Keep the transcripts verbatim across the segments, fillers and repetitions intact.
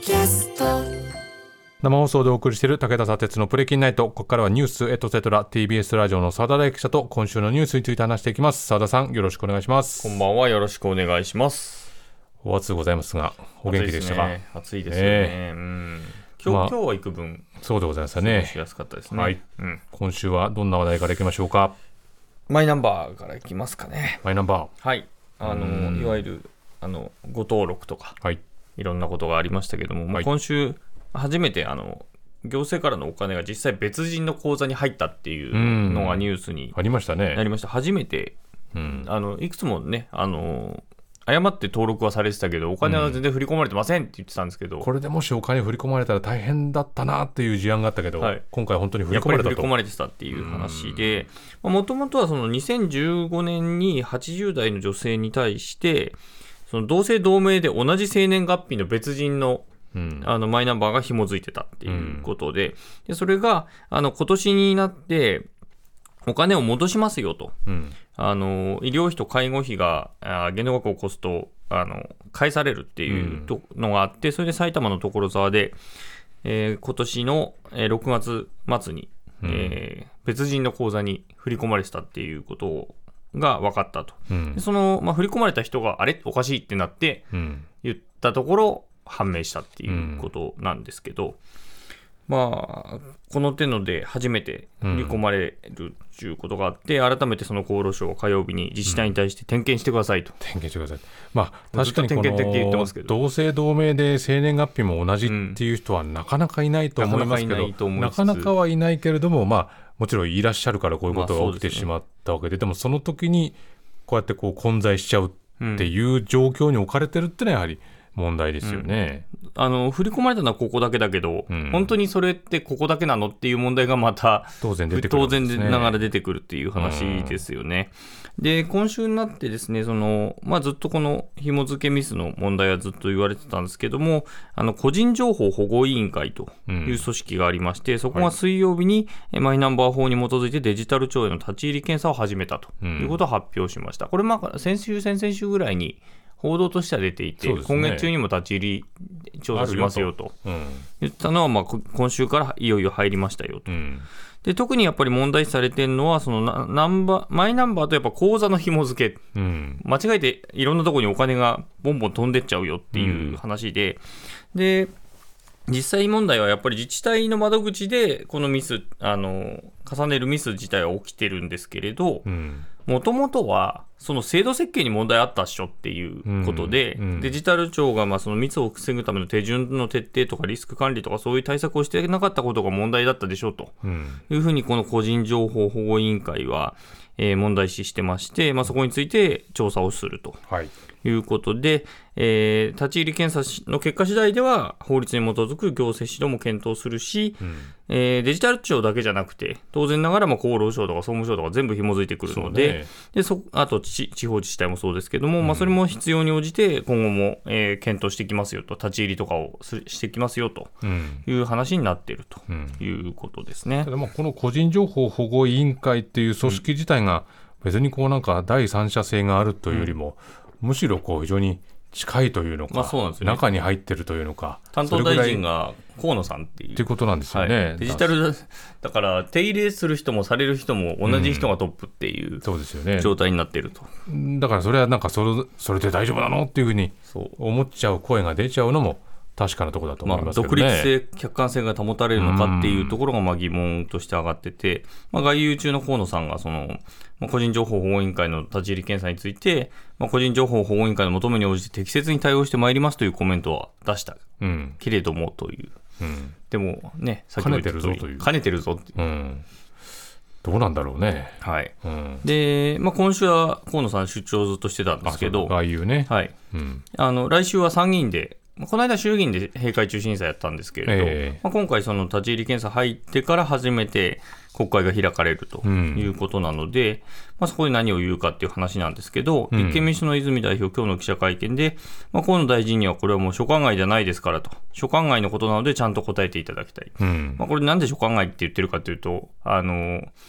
キャスト生放送でお送りしている武田砂鉄のプレキンナイト。ここからはニュースエトセトラ ティービーエス ラジオの澤田大記者と今週のニュースについて話していきます。澤田さん、よろしくお願いします。 こんばんは、よろしくお願いします。 お暑うございますが、お元気でしたか？ 暑いですね。えー、うん、今日、まあ、今日は幾分そうでございますね。 過ごしやすかったですね。 はい、うん、今週はどんな話題からいきましょうか？ マイナンバーからいきますかね。 マイナンバー、はい、あのいわゆるあのご登録とか、はい、いろんなことがありましたけども、はい、まあ、今週初めてあの行政からのお金が実際別人の口座に入ったっていうのがニュースにありましたね。 なりました。初めて、うん、あのいくつもね、あの誤って登録はされてたけどお金は全然振り込まれてませんって言ってたんですけど、うん、 これでもしお金振り込まれたら大変だったなっていう事案があったけど、はい、今回本当に振り込まれたと。 やっぱり振り込まれてたっていう話で、もともとはそのにせんじゅうごねんにはちじゅう代の女性に対してその同姓同名で同じ生年月日の別人のうん、あのマイナンバーが紐づいてたっていうことで、うん、でそれがあの今年になってお金を戻しますよと、うん、あの医療費と介護費が限度額を超すとあの返されるっていうのがあって、それで埼玉の所沢で、えー、今年のろくがつ末に、うん、えー、別人の口座に振り込まれてたっていうことが分かったと、うん、でその、まあ、振り込まれた人があれおかしいってなって言ったところ判明したっていうことなんですけど、うん、まあこの手ので初めて振り込まれるということがあって、うん、改めてその厚労省は火曜日に自治体に対して点検してくださいと、 うん、点検してください。まあ確かにこの同姓同名で生年月日も同じっていう人はなかなかいないと思いますけど、うん、なかなかはいないけれども、まあもちろんいらっしゃるからこういうことが起きてしまったわけで、まあ で, ね、でもその時にこうやってこう混在しちゃうっていう状況に置かれてるってのはやはり問題ですよね。 うん、あの振り込まれたのはここだけだけど、うん、本当にそれってここだけなのっていう問題がまた当然出てくるんですね。 当然ながら出てくるっていう話ですよね。うん、で今週になってですね、その、まあ、ずっとこの紐付けミスの問題はずっと言われてたんですけども、あの個人情報保護委員会という組織がありまして、うん、そこが水曜日にマイナンバー法に基づいてデジタル庁への立ち入り検査を始めたということを発表しました。これまあ先週先々週ぐらいに報道としては出ていて、ね、今月中にも立ち入り調査しますよと言ったのは、まあ、今週からいよいよ入りましたよと、うん、で特にやっぱり問題視されているのはそのナンバーマイナンバーとやっぱ口座の紐付け、うん、間違えていろんなところにお金がボンボン飛んでっちゃうよっていう話で、うん、で実際問題はやっぱり自治体の窓口でこのミスあの重ねるミス自体は起きてるんですけれど、もともとはその制度設計に問題あったっしょっていうことで、うんうん、デジタル庁がまあそのミスを防ぐための手順の徹底とかリスク管理とかそういう対策をしてなかったことが問題だったでしょうというふうにこの個人情報保護委員会はえ問題視してまして、まあ、そこについて調査をするということで、はい、えー、立ち入り検査の結果次第では法律に基づく行政指導も検討するし、うん、えー、デジタル庁だけじゃなくて当然ながらも厚労省とか総務省とか全部紐づいてくるので、ね、でそあと地方自治体もそうですけども、うん、まあ、それも必要に応じて今後も、えー、検討していきますよと、立ち入りとかをしていきますよという話になっているということですね。 うん、ただまあこの個人情報保護委員会っていう組織自体が別にこうなんか第三者性があるというよりも、うん、むしろこう非常に近いというのか、まあそうなんですよね、中に入ってるというのか、 担当大臣が河野さんっていうっていうことなんですよね。 はい、デジタルだから手入れする人もされる人も同じ人がトップっていう、うん、そうですよね、状態になっていると。 だからそれはなんかそれ、それで大丈夫なのっていうふうに思っちゃう声が出ちゃうのも確かなところだと思いますけどね。 まあ、独立性、客観性が保たれるのかっていうところがまあ疑問として上がってて、まあ、外遊中の河野さんがその、まあ、個人情報保護委員会の立ち入り検査について、まあ、個人情報保護委員会の求めに応じて適切に対応してまいりますというコメントは出した、うん、けれどもという、うん、でもね、先ほど言った通り兼ねてるぞという、兼ねてるぞっていう、うん、 どうなんだろうね。 はい、うん、で、まあ、今週は河野さん出張ずっとしてたんですけど、 外遊ね、 はい、うん、あの来週は参議院で、この間衆議院で閉会中審査やったんですけれど、えーまあ、今回その立ち入り検査入ってから初めて国会が開かれるということなので、うん、まあ、そこで何を言うかっていう話なんですけど、うん、立憲民主党の泉代表今日の記者会見で、まあ、河野大臣にはこれはもう所管外じゃないですからと、所管外のことなのでちゃんと答えていただきたい、うん、まあ、これなんで所管外って言ってるかというと、あの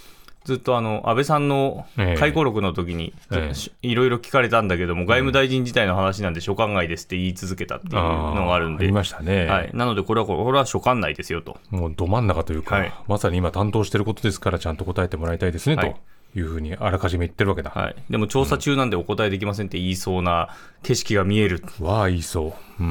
ずっとあの安倍さんの回顧録の時にいろいろ聞かれたんだけども、ええ、外務大臣自体の話なんで所管外ですって言い続けたっていうのがあるんで、 ありましたね、 はい、なのでこれはこれは所管内ですよと、 もうど真ん中というか、はい、まさに今担当していることですからちゃんと答えてもらいたいですね、はい、というふうにあらかじめ言ってるわけだ、 はい、でも調査中なんでお答えできませんって言いそうな景色が見える、 うん、わあ言いそう、うん、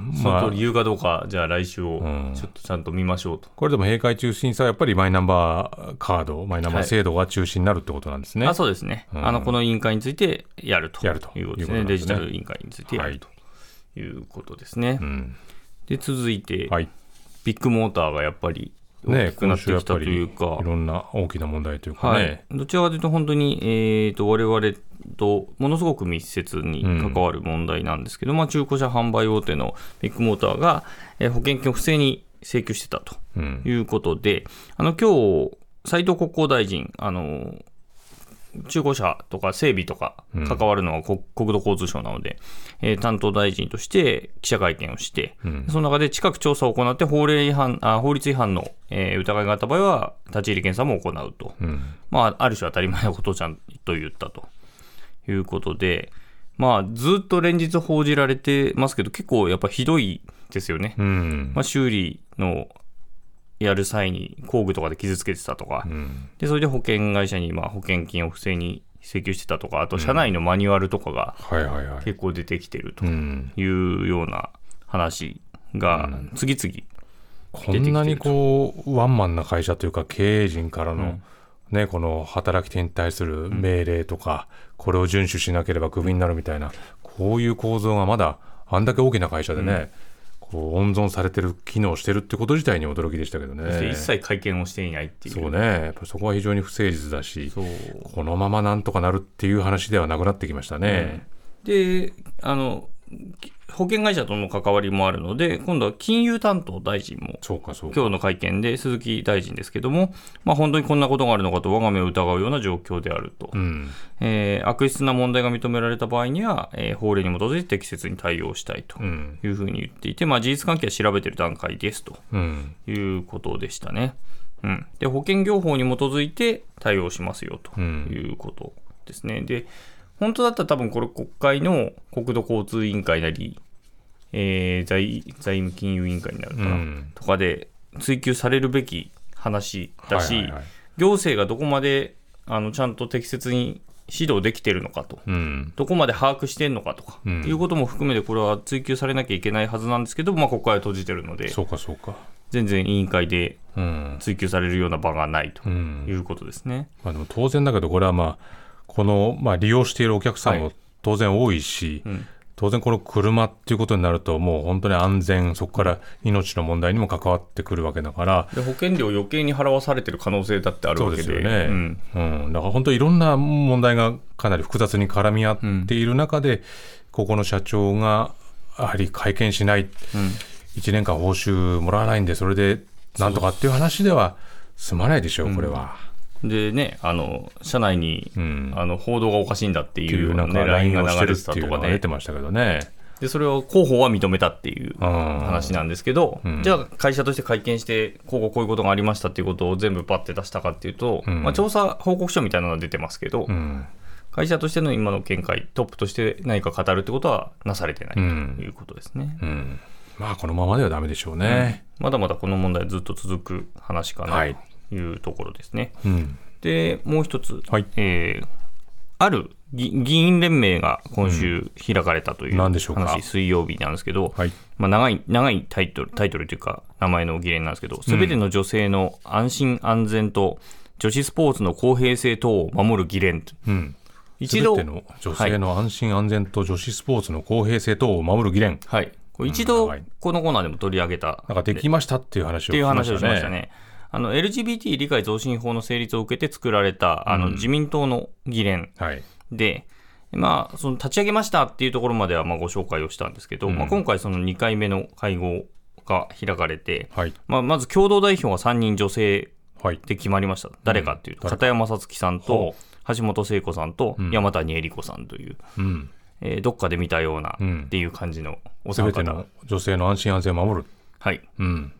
その理由かどうか、じゃあ来週をちょっとちゃんと見ましょうと、 うん、これでも閉会中審査はやっぱりマイナンバーカードマイナンバー制度が中心になるってことなんですね、 はい、あそうですね、うん、あのこの委員会についてやるとやるということですね、デジタル委員会についてやるということですね、はい、うん、で続いて、はい、ビッグモーターがやっぱり大きくなってきたというか、 ね、いろんな大きな問題というかね、はい、 どちらかというと本当に、えー、と我々とものすごく密接に関わる問題なんですけど、うん、まあ、中古車販売大手のビッグモーターが、えー、保険金を不正に請求してたということで、うん、あの今日斉藤国交大臣、あの中古車とか整備とか関わるのは国、うん、国土交通省なので、えー、担当大臣として記者会見をして、うん、その中で近く調査を行って法令違反あ法律違反の、えー、疑いがあった場合は立ち入り検査も行うと、うん、まあ、ある種当たり前のことをちゃんと言ったということで、まあ、ずっと連日報じられてますけど結構やっぱひどいですよね、うん、まあ、修理のやる際に工具とかで傷つけてたとか、うん、でそれで保険会社にまあ保険金を不正に請求してたとか、あと社内のマニュアルとかが結構出てきてるというような話が次々出てきてると、 こんなにこうワンマンな会社というか経営陣からの、うんね、この働き手に対する命令とか、うん、これを遵守しなければクビになるみたいな、こういう構造がまだあんだけ大きな会社でね、うん、こう温存されてる機能してるってこと自体に驚きでしたけどね。 そして一切会見をしていないっていう。 そうね、やっぱそこは非常に不誠実だし、このままなんとかなるっていう話ではなくなってきましたね、 うん、であの保険会社との関わりもあるので、今度は金融担当大臣もそうかそうか今日の会見で鈴木大臣ですけども、まあ、本当にこんなことがあるのかと我が目を疑うような状況であると、うん、えー、悪質な問題が認められた場合には、えー、法令に基づいて適切に対応したいというふうに言っていて、まあ、事実関係は調べている段階ですということでしたね、うん、で保険業法に基づいて対応しますよということですね、うん、で本当だったら多分これ国会の国土交通委員会なり、えー、財, 財務金融委員会になるかな、うん、とかで追及されるべき話だし、はいはいはい、行政がどこまであのちゃんと適切に指導できているのかと、うん、どこまで把握しているのかとか、うん、いうことも含めてこれは追及されなきゃいけないはずなんですけど、まあ、国会は閉じているので、 そうかそうか、 全然委員会で追及されるような場がないということですね、 うん、まあ、でも当然だけどこれはまあこの、まあ、利用しているお客さんも当然多いし、はい、うん、当然この車っていうことになるともう本当に安全、そこから命の問題にも関わってくるわけだから、 で保険料余計に払わされてる可能性だってあるわけで、 そうですよね、うんうん、だから本当にいろんな問題がかなり複雑に絡み合っている中で、うん、ここの社長がやはり会見しない、うん、いちねんかん報酬もらわないんでそれでなんとかっていう話では済まないでしょう、これは、 うん、でね、あの社内に、うん、あの報道がおかしいんだっていう、ね、ライン が流れてたとかね、 出てましたけどね。 でそれを広報は認めたっていう話なんですけど、うん、じゃあ会社として会見してこうこういうことがありましたっていうことを全部パッて出したかっていうと、うん、まあ、調査報告書みたいなのが出てますけど、うん、会社としての今の見解トップとして何か語るってことはなされてないということですね、うんうん、 まあこのままではダメでしょうね、 うん、まだまだこの問題はずっと続く話かなというところですね、はい、うん、でもう一つ、はい、えー、ある議員連盟が今週開かれたという話、うん、水曜日なんですけど、はい、まあ、長い、長いタイトル、タイトルというか名前の議連なんですけど、すべての女性の安心安全と女子スポーツの公平性等を守る議連、うん、 一度すべての女性の安心安全と女子スポーツの公平性等を守る議連、 はい、これ一度このコーナーでも取り上げた、 なんかできましたっていう話をしましたね。っていう話をしましたね。あの エルジービーティー 理解増進法の成立を受けて作られたあの自民党の議連で、うん、まあ、その立ち上げましたっていうところまではまあご紹介をしたんですけど、うん、まあ、今回そのにかいめの会合が開かれて、はい、まあ、まず共同代表がさんにん女性で決まりました、はい、誰かっていうと、うん、片山さつきさんと橋本聖子さんと山谷恵理子さんという、うん、えー、どっかで見たようなっていう感じのお三方、 すべての女性の安心安全を守る、 はい、うん、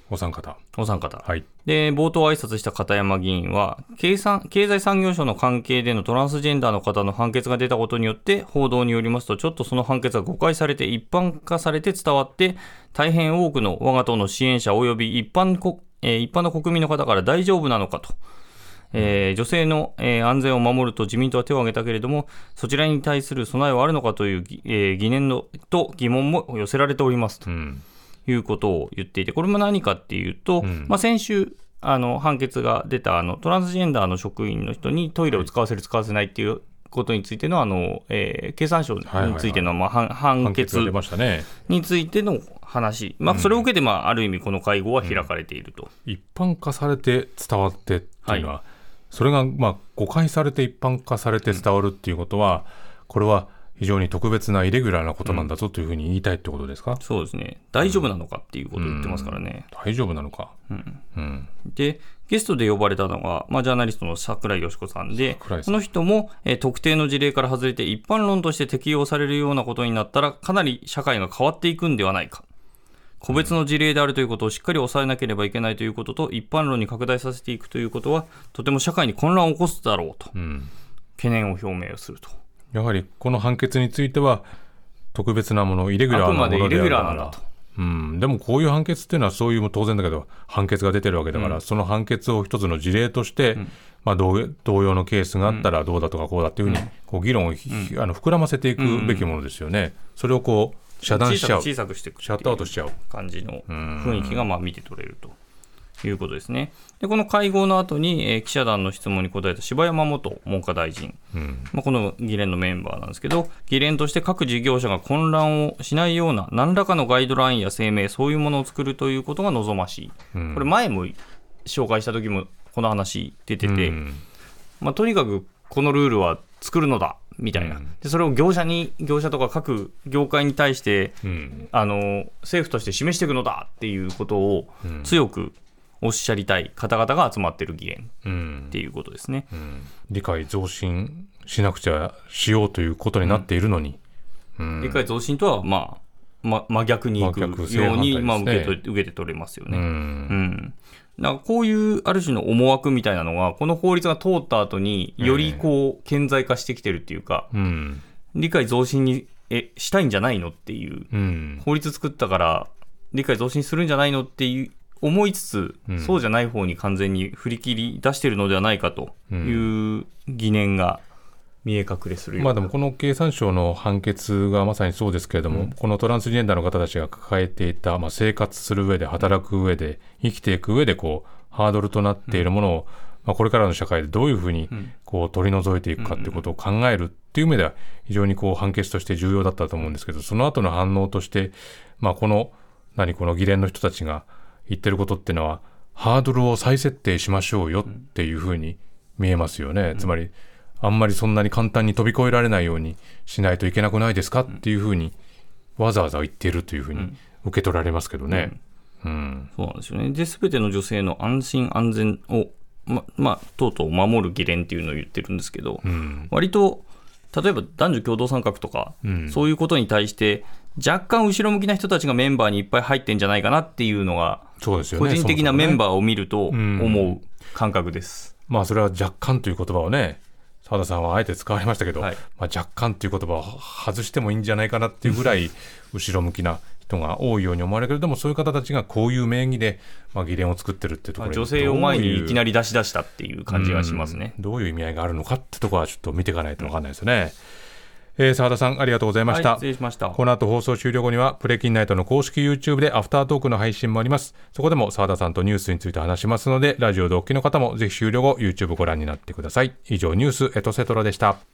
お三方。 お三方。 はい。 で、冒頭挨拶した片山議員は、経産、経済産業省の関係でのトランスジェンダーの方の判決が出たことによって、報道によりますと、ちょっとその判決が誤解されて、一般化されて伝わって、大変多くの我が党の支援者及び一般国、えー、一般の国民の方から大丈夫なのかと。えー、女性の、えー、安全を守ると自民党は手を挙げたけれども、そちらに対する備えはあるのかという、えー、疑念のと疑問も寄せられておりますと。うんいうことを言っていて、これも何かっていうと、うん、まあ、先週あの判決が出たあのトランスジェンダーの職員の人にトイレを使わせる、はい、使わせないっていうことについての、あの、えー、経産省についての、まあ、判決についての話、まあ、それを受けて、まあ、ある意味この会合は開かれていると、 うん、一般化されて伝わってっていうのは、はい、それが、まあ、誤解されて一般化されて伝わるっていうことは、うん、これは非常に特別なイレギュラーなことなんだぞというふうに言いたいってことですか？うん、 そうですね。大丈夫なのかっていうことを言ってますからね。 うん、大丈夫なのか、 うんうん、でゲストで呼ばれたのが、まあ、ジャーナリストの櫻井よし子さんで、この人も、えー、特定の事例から外れて一般論として適用されるようなことになったらかなり社会が変わっていくんではないか、個別の事例であるということをしっかり抑えなければいけないということと、一般論に拡大させていくということはとても社会に混乱を起こすだろうと、うん、懸念を表明をすると。 やはりこの判決については特別なもの、イレギュラーなものであるから、あくまでイレギュラーなんだと、うん、でもこういう判決っていうのはそういうも当然だけど判決が出てるわけだから、うん、その判決を一つの事例として、うん、まあ、同, 同様のケースがあったらどうだとかこうだっていうふうに、うん、こう議論を、うん、あの膨らませていくべきものですよね、うん、それをこう遮断しちゃう、 小さくしていく、 シャットアウトしちゃう感じの雰囲気がまあ見て取れるということですね。でこの会合の後に、えー、記者団の質問に答えた柴山元文科大臣、うんまあ、この議連のメンバーなんですけど、議連として各事業者が混乱をしないような何らかのガイドラインや声明、そういうものを作るということが望ましい、うん、これ前も紹介した時もこの話出てて、うんまあ、とにかくこのルールは作るのだみたいな、でそれを業者に業者とか各業界に対して、うん、あの政府として示していくのだっていうことを強くおっしゃりたい方々が集まっている議連っていうことですね、うんうん、 理解増進しなくちゃしようということになっているのに、 うんうん、理解増進とは、まあま、真逆にいくように、まあ、受けと、受けて取れますよね、うんうん、だからこういうある種の思惑みたいなのがこの法律が通った後によりこう顕在化してきてるっていうか、うん、理解増進にえしたいんじゃないのっていう、うん、法律作ったから理解増進するんじゃないのっていう思いつつ、うん、そうじゃない方に完全に振り切り出しているのではないかという疑念が見え隠れするような、 まあ、でもこの経産省の判決がまさにそうですけれども、うん、このトランスジェンダーの方たちが抱えていた、まあ、生活する上で働く上で生きていく上でこうハードルとなっているものを、うんまあ、これからの社会でどういうふうにこう取り除いていくかということを考えるっていう意味では非常にこう判決として重要だったと思うんですけど、その後の反応として、まあ、この何この議連の人たちが言ってることっていうのはハードルを再設定しましょうよっていうふうに見えますよね、うん、つまりあんまりそんなに簡単に飛び越えられないようにしないといけなくないですかっていうふうにわざわざ言っているというふうに受け取られますけどね、 うんうん、そうなんですよね。で全ての女性の安心安全をままあとうとう守る議連っていうのを言ってるんですけど、うん、割と例えば男女共同参画とか、うん、そういうことに対して若干後ろ向きな人たちがメンバーにいっぱい入ってんじゃないかなっていうのが、そうですよね、個人的なメンバーを見ると思う感覚です。 うん、まあそれは若干という言葉をね澤田さんはあえて使われましたけど、はいまあ、若干という言葉を外してもいいんじゃないかなっていうぐらい後ろ向きな人が多いように思われるけれども、そういう方たちがこういう名義で、まあ、議連を作ってるっていうところで、 女性を前にいきなり出し出したっていう感じがしますね。 うん、どういう意味合いがあるのかってところはちょっと見ていかないと分かんないですよね。えー、澤田さんありがとうございました。 はい、失礼しました。 この後放送終了後にはプレキンナイトの公式 YouTube でアフタートークの配信もあります。そこでも澤田さんとニュースについて話しますので、ラジオでお聞きの方もぜひ終了後 YouTube ご覧になってください。以上ニュースエトセトラでした。